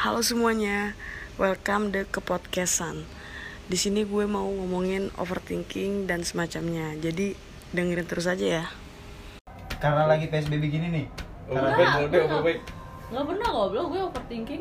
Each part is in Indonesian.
Halo semuanya, welcome ke podcastan. Di sini gue mau ngomongin overthinking dan semacamnya. Jadi dengerin terus aja ya. Karena lagi PSBB gini nih. Enggak pernah goblok gue overthinking.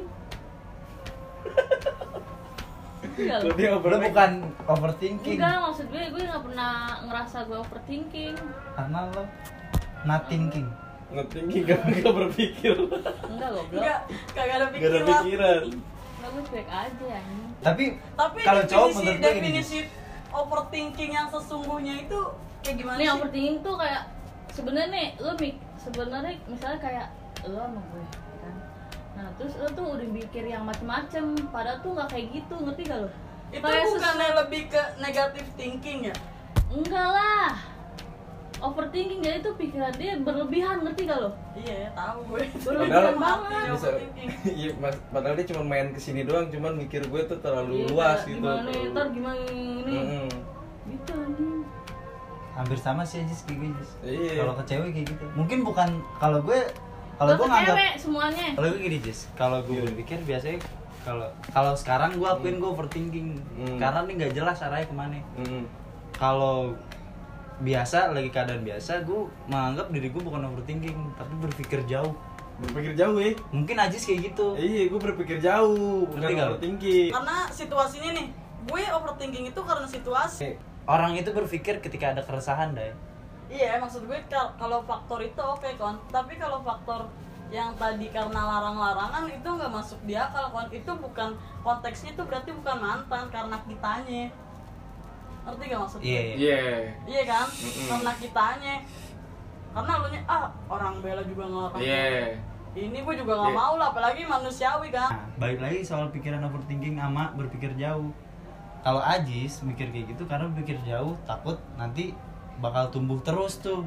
Enggak Lo bukan overthinking. Enggak, maksud gue gak pernah ngerasa gue overthinking. Karena lo not thinking. Nge-thinking gak berpikir. Enggak goblok. Kagak ada Gak ada pikiran. Enggak, gue cuek aja ya. Tapi kalau cowok menurut gue gini. definisi overthinking yang sesungguhnya itu kayak gimana Nih sih? overthinking tuh kayak sebenarnya nih lo sebenarnya misalnya kayak lo sama gue kan. Nah, terus lo tuh udah mikir yang macem-macem, padahal tuh gak kayak gitu, ngerti gak lo? Itu Kayak bukannya lebih ke negative thinking ya? Enggak lah. Overthinking jadi tuh pikiran dia berlebihan, ngerti gak lo? Iya, tahu gue. Berlebihan Padahal- banget. Bisa, iya, padahal dia cuma main kesini doang, cuman mikir gue tuh terlalu Iya, luas kayak gitu. Gimana ntar gimana ini? Mm-mm. Gitu anjing. Hampir sama sih aja kayak gue. Iya. Kalau ke cewek kayak gitu. Mungkin bukan kalau gue Lo ke nganggap cewek semuanya. kalau gue gini, Jis. Kalau gue berpikir biasanya kalau sekarang gue akuin gue overthinking. Karena nih nggak jelas arahnya kemana. Mm-mm. Kalau biasa lagi keadaan biasa, gue menganggap diri gue bukan overthinking, tapi berpikir jauh. Berpikir jauh ya. Mungkin Ajis kayak gitu. Iya, gue berpikir jauh, bukan Ngerti gak? overthinking. Karena situasinya nih, gue overthinking itu karena situasi. Orang itu berpikir ketika ada keresahan, Day. Iya, maksud gue kalau faktor itu oke, kon. Tapi kalau faktor yang tadi karena larang-larangan itu nggak masuk di akal, kon. Itu bukan konteksnya, itu berarti bukan mantan karena kitanya. Ngerti gak maksud gue? Iya. Iya. Iya kan? Mm-mm. Karena kitanya. Karena lu nya orang bela juga ngelarang. Iya. Ini gue juga nggak Iya. mau lah, apalagi manusiawi kan. Nah, balik lagi soal pikiran overthinking sama berpikir jauh. Kalau Ajis mikir kayak gitu karena berpikir jauh, takut nanti bakal tumbuh terus tuh.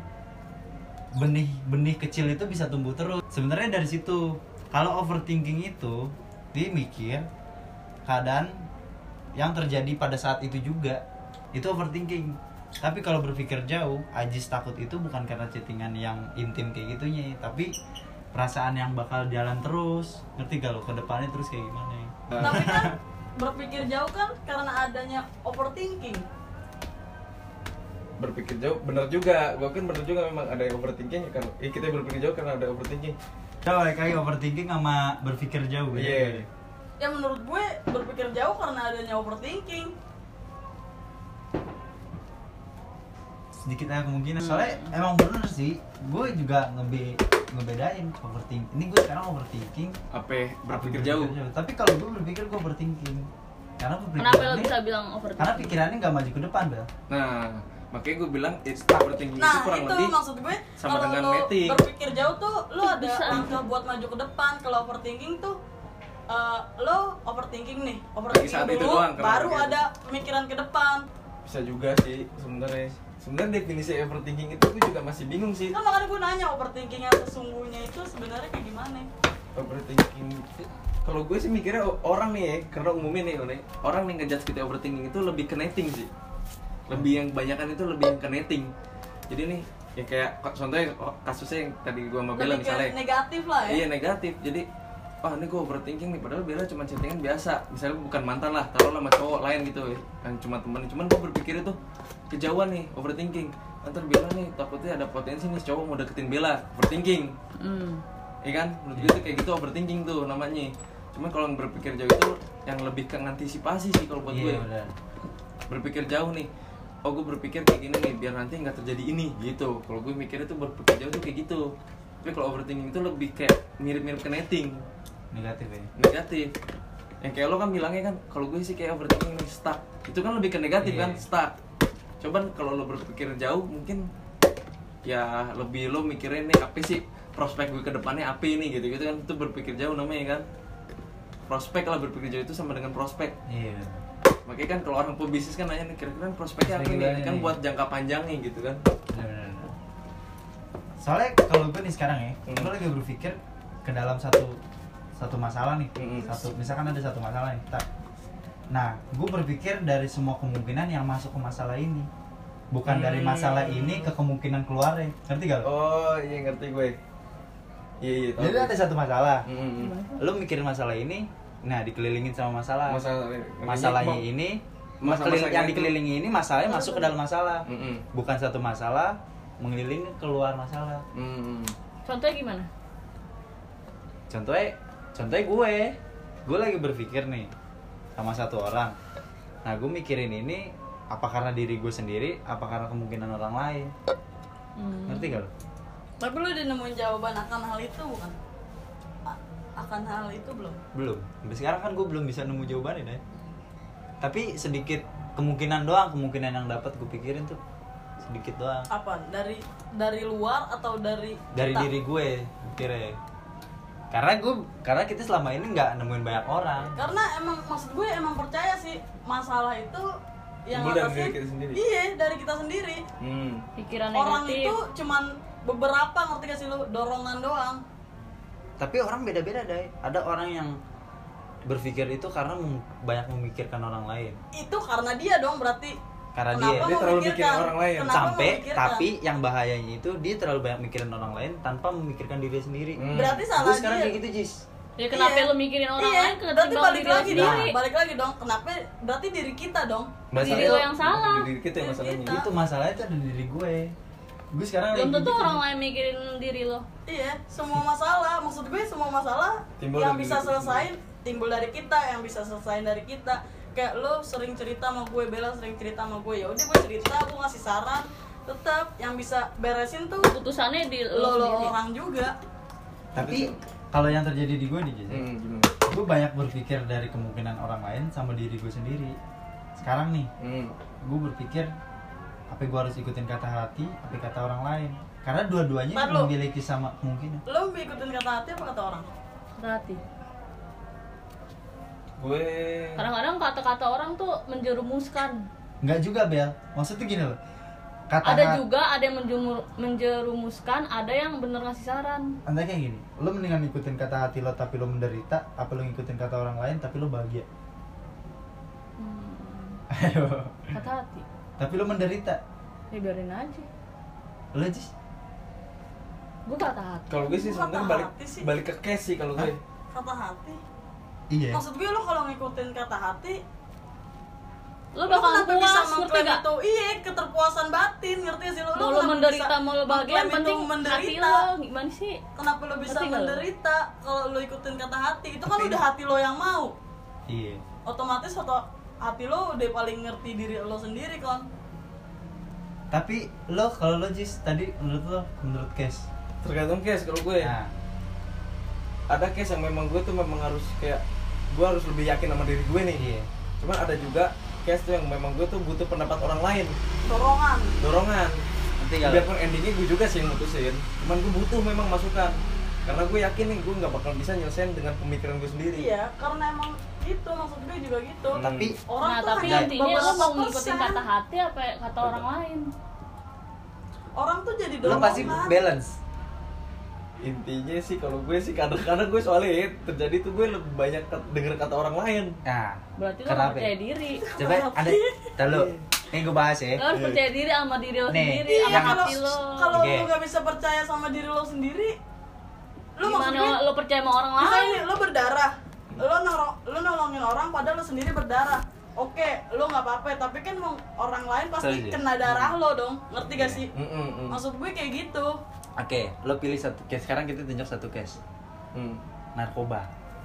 Benih kecil itu bisa tumbuh terus. Sebenarnya dari situ. Kalau overthinking itu dia mikir keadaan yang terjadi pada saat itu juga. Itu overthinking. Tapi kalau berpikir jauh, Ajis takut itu bukan karena chattingan yang intim kayak gitunya, tapi perasaan yang bakal jalan terus. Ngerti gak lo ke depannya terus kayak gimana? Tapi kan berpikir jauh kan karena adanya overthinking. Berpikir jauh, bener juga. Gue kan bener juga memang ada yang overthinking karena kita berpikir jauh karena ada overthinking. Coba kayak overthinking sama berpikir jauh beda. Iya. Ya menurut gue berpikir jauh karena adanya overthinking. Sedikit ada kemungkinan. Soalnya emang bener sih, gue juga ngebedain overthinking. Ini gue sekarang overthinking, Apa? Berpikir apa jauh. Tapi kalau gue berpikir gue overthinking. Karena Kenapa lo pikirannya- bisa bilang Karena overthinking? pikirannya nggak maju ke depan, Bel. Nah, makanya gue bilang overthinking itu Nah kurang itu lebih maksud gue, sama kalau dengan lo mating. berpikir jauh tuh lo ada Bisa. langkah buat maju ke depan. Kalau overthinking tuh lo overthinking nih, Lagi overthinking saat itu dulu, doang, karena baru kayak ada pemikiran ke depan. bisa juga sih sebenarnya. Sebenarnya definisi overthinking itu gue juga masih bingung sih. Kan makanya gue nanya overthinking yang sesungguhnya itu sebenarnya kayak gimana? Overthinking kalau gue sih mikirnya orang nih ya, karena umumnya nih orang nih ngejudge kita overthinking itu lebih ke netting sih. Lebih yang kebanyakan itu lebih yang ke netting. Jadi nih ya kayak contohnya kasusnya yang tadi gue sama Bella Lebih ke misalnya. negatif lah ya. Iya negatif. Jadi ini gue overthinking nih, padahal Bella cuma chattingan biasa. Misalnya bukan mantan lah, taruhlah sama cowok lain gitu yang cuma temen. Cuman gue berpikir itu kejauhan nih, overthinking. Ntar Bella nih takutnya ada potensi nih cowok mau deketin Bella, overthinking. Iya kan? Menurut gue tuh kayak gitu overthinking tuh namanya. Cuman kalau yang berpikir jauh itu yang lebih ke antisipasi sih kalau buat gue. Iya, benar. Berpikir jauh nih. Gue berpikir kayak gini nih biar nanti nggak terjadi ini gitu. Kalau gue mikirnya tuh berpikir jauh tuh kayak gitu. Tapi kalau overthinking itu lebih kayak mirip-mirip ke netting. Negatif ya. Negatif. Yang kayak lo kan bilangnya kan kalau gue sih kayak overthinking nih stuck. Itu kan lebih ke negatif Iya. kan, stuck. Coba kalau lo berpikir jauh mungkin ya lebih lo mikirin nih apa sih prospek gue ke depannya apa ini gitu-gitu kan, itu berpikir jauh namanya kan. Prospek lah, berpikir jauh itu sama dengan prospek. Iya. Makanya kan kalau orang pebisnis kan nanya nih kira-kira prospeknya apa Prospek nih? gimana Kan nih? buat jangka panjangnya gitu kan. Benar. Soalnya kalau gue nih sekarang ya, gue lagi berpikir ke dalam satu masalah nih. Misalkan ada satu masalah nih. Nah, gue berpikir dari semua kemungkinan yang masuk ke masalah ini. Bukan dari masalah ini ke kemungkinan keluarnya. Ngerti gak lo? Oh iya ngerti gue. Iya tahu. Jadi ada satu masalah. Mm-mm. Lo mikirin masalah ini, Nah, dikelilingin sama masalah. Masalahnya Mau- ini Masalah-masalah yang itu- dikelilingi ini masalahnya masuk ke dalam masalah. Mm-mm. Bukan satu masalah mengelilingi keluar masalah. Contohnya gimana? Contohnya gue lagi berpikir nih sama satu orang. Nah, gue mikirin ini apa karena diri gue sendiri, apa karena kemungkinan orang lain. Ngerti gak lo? Tapi lu udah nemuin jawaban akan hal itu bukan? Akan hal itu belum? Belum. Sampai sekarang kan gue belum bisa nemu jawabannya deh. Tapi sedikit kemungkinan yang dapat gue pikirin tuh sedikit doang. Apa? Dari luar atau dari Dari kita? diri gue pikirnya. Karena kita selama ini nggak nemuin banyak orang. Karena emang maksud gue emang percaya sih masalah itu yang Timbul dari ngatasin- diri kita sendiri. Iya, dari kita sendiri. Pikiran Orang negatif. itu cuman beberapa, ngerti gak sih lu, dorongan doang. Tapi orang beda-beda deh. Ada orang yang berpikir itu karena banyak memikirkan orang lain. Itu karena dia dong berarti. Karena Kenapa dia terlalu memikirkan? mikirin orang lain. Kenapa Sampai memikirkan? tapi yang bahayanya itu dia terlalu banyak mikirin orang lain tanpa memikirkan diri sendiri. Berarti salah Gue sekarang dia. kayak gitu, Jis. Ya kenapa Iya. lu mikirin orang Iya, lain berarti ketimbang balik diri lu lagi dong. sendiri? Balik lagi dong. Kenapa? Berarti diri kita dong. Diri lo yang salah. Diri kita yang masalahnya. Kita. Itu masalahnya itu ada di diri gue. Gue sekarang Belum lagi tentu gitu. orang lain mikirin diri lo. Iya, semua masalah. Maksud gue semua masalah Timbul yang dari bisa diri kita selesai timbul dari kita, yang bisa selesai dari kita. Kayak lo sering cerita sama gue, Bella sering cerita sama gue. Ya udah gue cerita, gue ngasih saran. Tetap yang bisa beresin tuh Keputusannya di lo lo sendiri. orang juga. Tapi kalau yang terjadi di gue nih, Jis, Gimana? gue banyak berpikir dari kemungkinan orang lain sama diri gue sendiri. Sekarang nih, gue berpikir apa gue harus ikutin kata hati, apa kata orang lain. Karena dua-duanya Ntar lu. memiliki sama kemungkinan. Lo ikutin kata hati apa kata orang? Hati. Gue Kadang-kadang kata-kata orang tuh menjerumuskan. Enggak juga, Bel. Maksudnya gini loh. Ada juga ada yang menjerumuskan, ada yang bener ngasih saran. Anda kayak gini, lo mendingan ikutin kata hati lo tapi lo menderita, apa lo ngikutin kata orang lain tapi lo bahagia? Ayo. Kata hati. Tapi lo menderita. Ya biarin aja. Lo, Jis? Gue kata hati. kalau gue sih Kata sebenarnya hati sih. balik ke case sih kalau gue. Kata hati. Iya. Maksud gue lo kalau ngikutin kata hati, Lo bakal kenapa bisa puas, ngerti mengklaim gak? itu? Iya, keterpuasan batin, ngerti gak sih lo? Mau lo kenapa menderita, bisa mau lo bahagia, yang mengklaim penting itu hati menderita? lo gimana sih? Kenapa lo bisa Ngerti nggak lo? menderita kalau lo ikutin kata hati? Itu kan Tapi- udah hati lo yang mau. Iya. Otomatis hati lo udah paling ngerti diri lo sendiri kan. Tapi lo kalau lo, Jis, tadi menurut case. Tergantung case kalau gue. Nah, Ada case yang memang gue tuh memang harus kayak gue harus lebih yakin sama diri gue nih. iya. Cuman ada juga case tuh yang memang gue tuh butuh pendapat orang lain, dorongan. Nanti kalau Biarpun endingnya gue juga sih yang mutusin, cuman gue butuh memang masukan. Karena gue yakin nih gue nggak bakal bisa nyelesain dengan pemikiran gue sendiri. Iya, karena emang itu maksud gue juga gitu. tapi Orang Nah tuh tapi hanya intinya lo beberapa mau ngikutin persen. kata hati apa kata orang lain? Orang tuh jadi lo dorongan. pasti balance. Intinya sih kalau gue sih kadang-kadang gue soalnya terjadi tuh gue lebih banyak denger kata orang lain. Nah, Berarti lo kenapa? gak percaya diri. Coba ada lo. Ini gue bahas ya. Lo harus percaya diri sama diri lo Nih, sendiri, Iya, sama kalau hati lo. kalau Oke. lo gak bisa percaya sama diri lo sendiri, lo maksud gue Gimana lo percaya sama orang misalnya lain? nih, lo berdarah, lo nolongin orang padahal lo sendiri berdarah. Oke, lo nggak apa-apa, tapi kan orang lain pasti Setuju. kena darah lo dong, ngerti gak sih? Mm. Maksud gue kayak gitu. Oke, lo pilih satu case. Sekarang kita tunjuk satu case. Narkoba.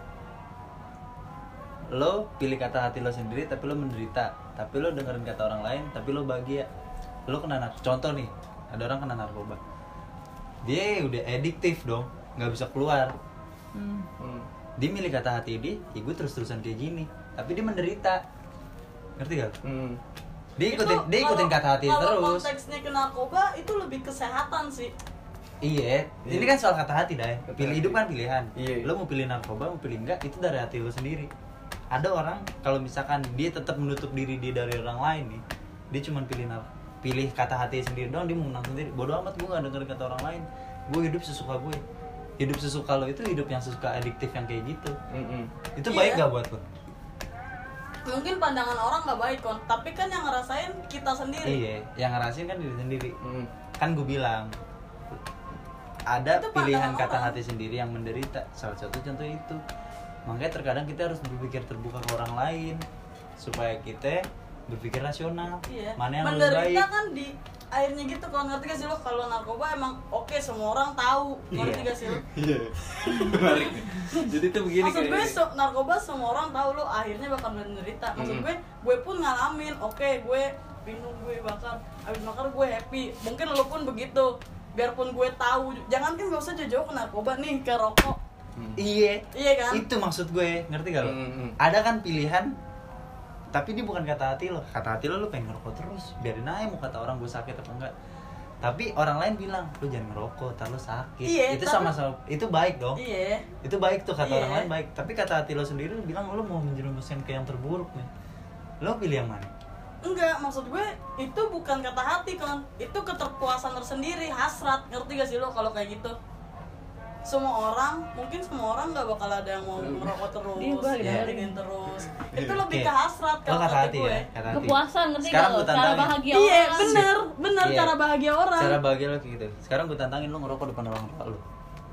Lo pilih kata hati lo sendiri tapi lo menderita. Tapi lo dengerin kata orang lain tapi lo bahagia. Lo kena contoh nih, ada orang kena narkoba. Dia udah adiktif dong, nggak bisa keluar. Dia milih kata hati dia, ya gue terus-terusan kayak gini. Tapi dia menderita. Ngerti gak? Dia ikutin kata hati Kalau terus. konteksnya ke narkoba itu lebih kesehatan sih. Iya, ini kan soal kata hati dah. Pilih hidup kan pilihan. Iya. Lo mau pilih narkoba, mau pilih enggak, itu dari hati lo sendiri. Ada orang kalau misalkan dia tetap menutup diri dia dari orang lain nih, dia cuma pilih kata hati sendiri doang, dia mau menang sendiri. Bodoh amat, gue nggak dengerin kata orang lain. Gue hidup sesuka gue. Hidup sesuka lo itu hidup yang sesuka adiktif yang kayak gitu. Itu Iya. baik gak buat lo? Mungkin pandangan orang nggak baik kon, tapi kan yang ngerasain kita sendiri. Iya, yang ngerasain kan diri sendiri. Kan gue bilang ada Itu pilihan pandangan kata orang. hati sendiri yang menderita. Salah satu contoh itu. Makanya terkadang kita harus berpikir terbuka ke orang lain supaya kita berpikir rasional. Iya. Mana yang lebih menderita baik. kan di akhirnya gitu kan, ngerti gak sih lo? Kalau narkoba emang oke, semua orang tahu, ngerti Iya. gak sih lo? Iya. Menarik nih. Jadi tuh begini Maksud gue kayaknya. narkoba semua orang tahu lo akhirnya bakal menderita. Maksud gue pun ngalamin, oke gue minum, gue bakar, abis bakar gue happy. Mungkin lo pun begitu. Biarpun gue tahu, jangan kan gak usah jauh-jauh ke narkoba nih, ke rokok. Iya. Iya kan? Itu maksud gue, ngerti gak lo? Hmm. Ada kan pilihan, tapi ini bukan kata hati lo. Kata hati lo pengen ngerokok terus, biarin aja mau kata orang gue sakit apa enggak. Tapi orang lain bilang, lu jangan ngerokok, ntar lo sakit. Iya, itu tapi- sama-sama, itu baik dong. Iya. Itu baik tuh, kata Iya. orang lain baik. Tapi kata hati lo sendiri, lo bilang lo mau menjerumuskan ke yang terburuk nih. Lo pilih yang mana? Enggak, maksud gue itu bukan kata hati kan, itu keterpuasan tersendiri, hasrat, ngerti gak sih lo kalau kayak gitu? Semua orang, mungkin semua orang nggak bakal ada yang mau ngerokok terus, Iya, gue lagi dengerin. ngedin terus. Itu lebih Oke. ke hasrat Lo kalau kata kata hati gue. ya, kata hati. Kepuasan, ngerti Sekarang gak lo? gue Cara tantangin. bahagia Iya, orang. bener Iya. cara bahagia orang. Cara bahagia lo kayak gitu. Sekarang gue tantangin lo ngerokok depan orang tua lo.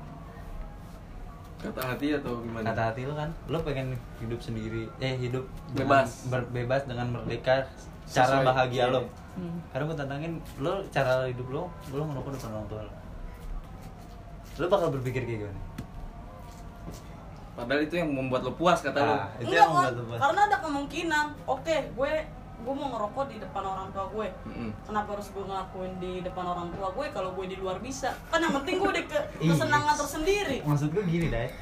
Kata hati atau gimana? Kata hati lo kan, lo pengen hidup sendiri, hidup Bebas. bebas dengan merdeka, cara Sesuai, bahagia iya. lo. Karena gue tantangin lo, cara hidup lo ngerokok depan orang tua lo. Lo bakal berpikir kayak gimana? Padahal itu yang membuat lo puas kata lo. Itu Enggak yang kan, membuat lo puas. karena ada kemungkinan, oke gue mau ngerokok di depan orang tua gue. Kenapa harus gue ngelakuin di depan orang tua gue kalau gue di luar bisa? Kan yang penting gue udah kesenangan tersendiri. Maksud gue gini, Dai.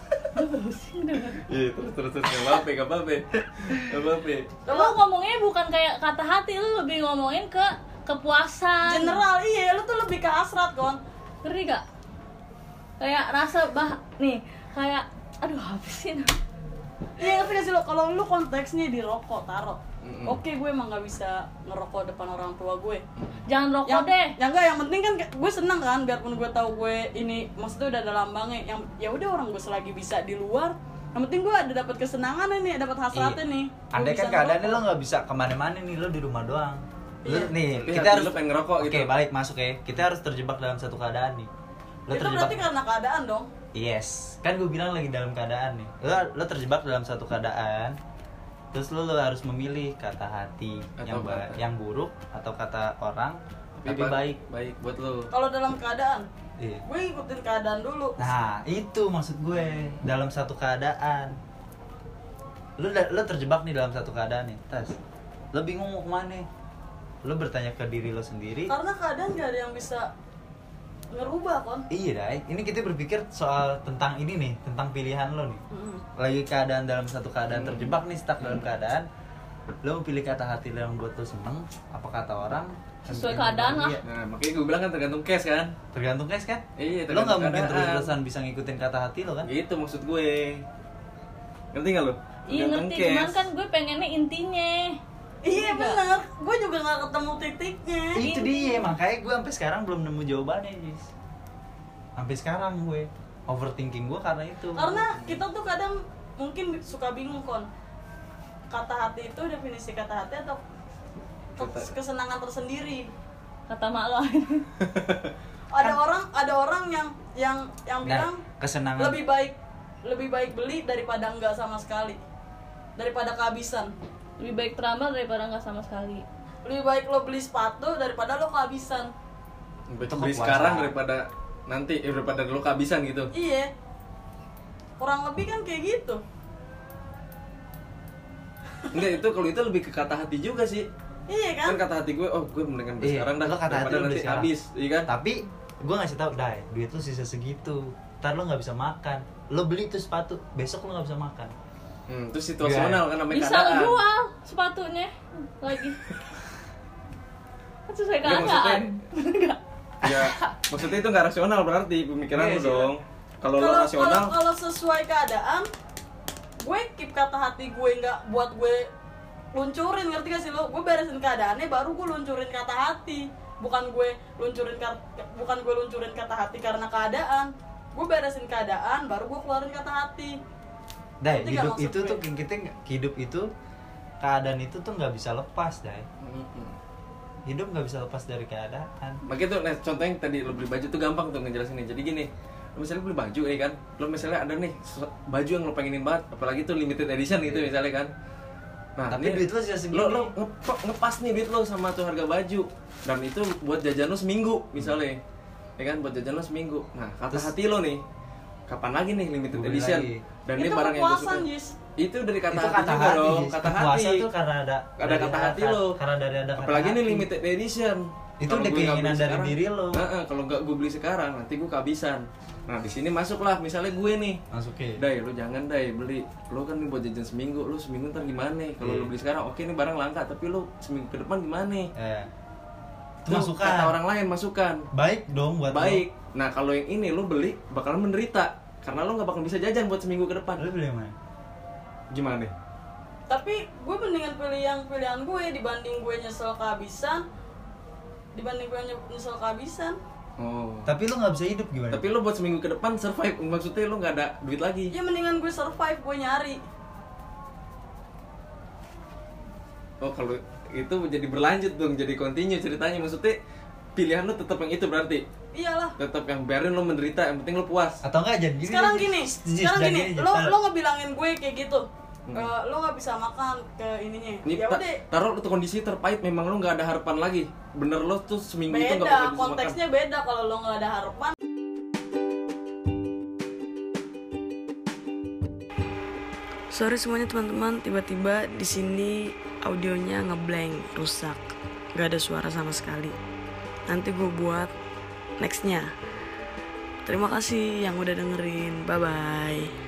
Iya, terus enggak apa-apa. Lo ngomongnya bukan kayak kata hati, lo lebih ngomongin ke kepuasan. General iya, lu tuh lebih ke hasrat kon. Ngerti gak? Kayak rasa nih, kayak aduh habis sih. Iya ngerti gak sih lo, kalau lu konteksnya di rokok taruh. Oke gue emang gak bisa ngerokok depan orang tua gue. Jangan rokok Yang, deh. yang enggak, yang penting kan gue seneng kan, biarpun gue tahu gue ini maksudnya udah ada lambangnya. Yang ya udah orang gue selagi bisa di luar, yang penting gue ada dapat kesenangan nih, dapat hasratnya nih. Gua Andai bisa kan keadaannya ngerokok. lo nggak bisa kemana-mana nih, lo di rumah doang. Lo Iya. nih, Tapi kita hati harus lo pengen ngerokok gitu. Oke, balik masuk ya. Kita harus terjebak dalam satu keadaan nih. Lo Itu berarti karena keadaan dong. Yes, kan gue bilang lagi dalam keadaan nih. Lo terjebak dalam satu keadaan. Terus lo harus memilih kata hati Atau kata. yang buruk atau kata orang tapi baik. Baik buat lo. Kalau dalam keadaan, Iya. gue ikutin keadaan dulu. Nah, itu maksud gue, dalam satu keadaan. Lo terjebak nih dalam satu keadaan nih. Tas. Lo bingung mau kemana? Lo bertanya ke diri lo sendiri. Karena keadaan gak ada yang bisa ngerubah kon. Iya, Dai. Ini kita berpikir soal tentang ini nih, tentang pilihan lo nih. Lagi keadaan dalam satu keadaan terjebak nih, stuck dalam keadaan. Lo mau pilih kata hati lo yang buat lo seneng, apa kata orang? Sesuai yang keadaan lah. bahagia. Nah, makanya gue bilang kan tergantung case kan. Tergantung guys kan? Iya, Lo nggak tergantung mungkin keadaan. terus-terusan bisa ngikutin kata hati lo kan? Gitu maksud gue. Ngerti gak lo? Iya ngerti, cuman kan gue pengennya intinya. Iya benar, gue juga gak ketemu titiknya. Itu dia, makanya gue sampai sekarang belum nemu jawabannya, Jis. Sampai sekarang gue overthinking gue karena itu. Karena kita tuh kadang mungkin suka bingung kon. Kata hati itu definisi kata hati atau kesenangan tersendiri. Kata mak lo. Ada orang yang bilang kesenangan lebih baik beli daripada enggak sama sekali. Daripada kehabisan. Lebih baik terlambat daripada nggak sama sekali. Lebih baik lo beli sepatu daripada lo kehabisan. Beli kepuasan. sekarang daripada nanti, daripada lo kehabisan gitu. Iya. Kurang lebih kan kayak gitu. Enggak, itu kalau itu lebih ke kata hati juga sih. Iya kan? Kan kata hati gue, oh gue mendingan beli Iya, sekarang dah lo kata hati daripada lo beli nanti sekarang. habis, iya kan? Tapi gue ngasih tau, Dai, duit lo sisa segitu. Ntar lo nggak bisa makan. Lo beli tuh sepatu, besok lo nggak bisa makan. Terus situasional kan namanya Bisa keadaan. lo jual sepatunya lagi. Kan sesuai Nggak, keadaan. Enggak. Ya, maksudnya itu nggak rasional berarti pemikiran Iya lu sih, dong. Kalau lo rasional, kalau sesuai keadaan, gue keep kata hati gue nggak buat gue luncurin, ngerti gak sih lo? Gue beresin keadaannya baru gue luncurin kata hati. Bukan gue luncurin kata hati karena keadaan. Gue beresin keadaan baru gue keluarin kata hati. Dai, Ngerti nggak hidup maksud itu gue? tuh hidup itu keadaan itu tuh nggak bisa lepas, Dai. Hidup nggak bisa lepas dari keadaan. makanya tuh nah, contohnya yang tadi lo beli baju tuh gampang tuh ngejelasinnya. Jadi gini, Lu misalnya beli baju ya kan, lu misalnya ada nih baju yang lu pengenin banget, apalagi tuh limited edition gitu misalnya kan. Nah, Tapi duit lu sih segini. lo ngepas nih duit lo sama tuh harga baju, dan itu buat jajan lo seminggu misalnya, ya kan, buat jajan lo seminggu. Nah, kata hati lo nih, kapan lagi nih limited Beli edition? lagi. Dan ini Itu barang yang gue kepuasan, suka. Jis. Itu dari kata Itu hati kata juga hati, dong, Jis. kata Puasa hati. tuh karena ada Kata hati lo. Karena dari ada kata Apalagi ini hati. limited edition. Itu Kalau udah gue nggak keinginan beli dari sekarang, diri lo. Kalau nggak gue beli sekarang, nanti gue kehabisan. Nah, di sini masuklah misalnya gue nih. Masukin. Dai, lu jangan Dai beli. Lu kan nih buat jajan seminggu, lu seminggu ntar gimana? Kalau Iya. lu beli sekarang, oke nih barang langka, tapi lu seminggu ke depan gimana? Itu Tuh, masukan. kata orang lain masukan. Baik dong buat Baik. Nah, kalau yang ini lu beli bakalan menderita karena lu nggak bakal bisa jajan buat seminggu ke depan. Lu beli yang mana? Gimana? Tapi gue mendingan pilih yang pilihan gue dibanding gue nyesel kehabisan. Oh. Tapi lu nggak bisa hidup gimana? Tapi lu buat seminggu ke depan survive, maksudnya lu nggak ada duit lagi. Ya mendingan gue survive, gue nyari. Oh, kalau itu jadi berlanjut dong, jadi continue ceritanya. Maksudnya pilihan lu tetap yang itu berarti. Iyalah. Tetap yang biarin lu menderita, yang penting lu puas. Atau enggak jadi Sekarang gini, lo ngebilangin gue kayak gitu. Lo nggak bisa makan ke ininya. Ini Ya udah. taruh tuh kondisi terpahit, memang lu nggak ada harapan lagi. Bener lo tuh seminggu itu nggak bakal Beda, bisa konteksnya beda kalau lo nggak ada harapan. Sorry semuanya teman-teman, tiba-tiba di sini audionya ngeblank, rusak, nggak ada suara sama sekali. Nanti gue buat nextnya. Terima kasih yang udah dengerin, bye bye.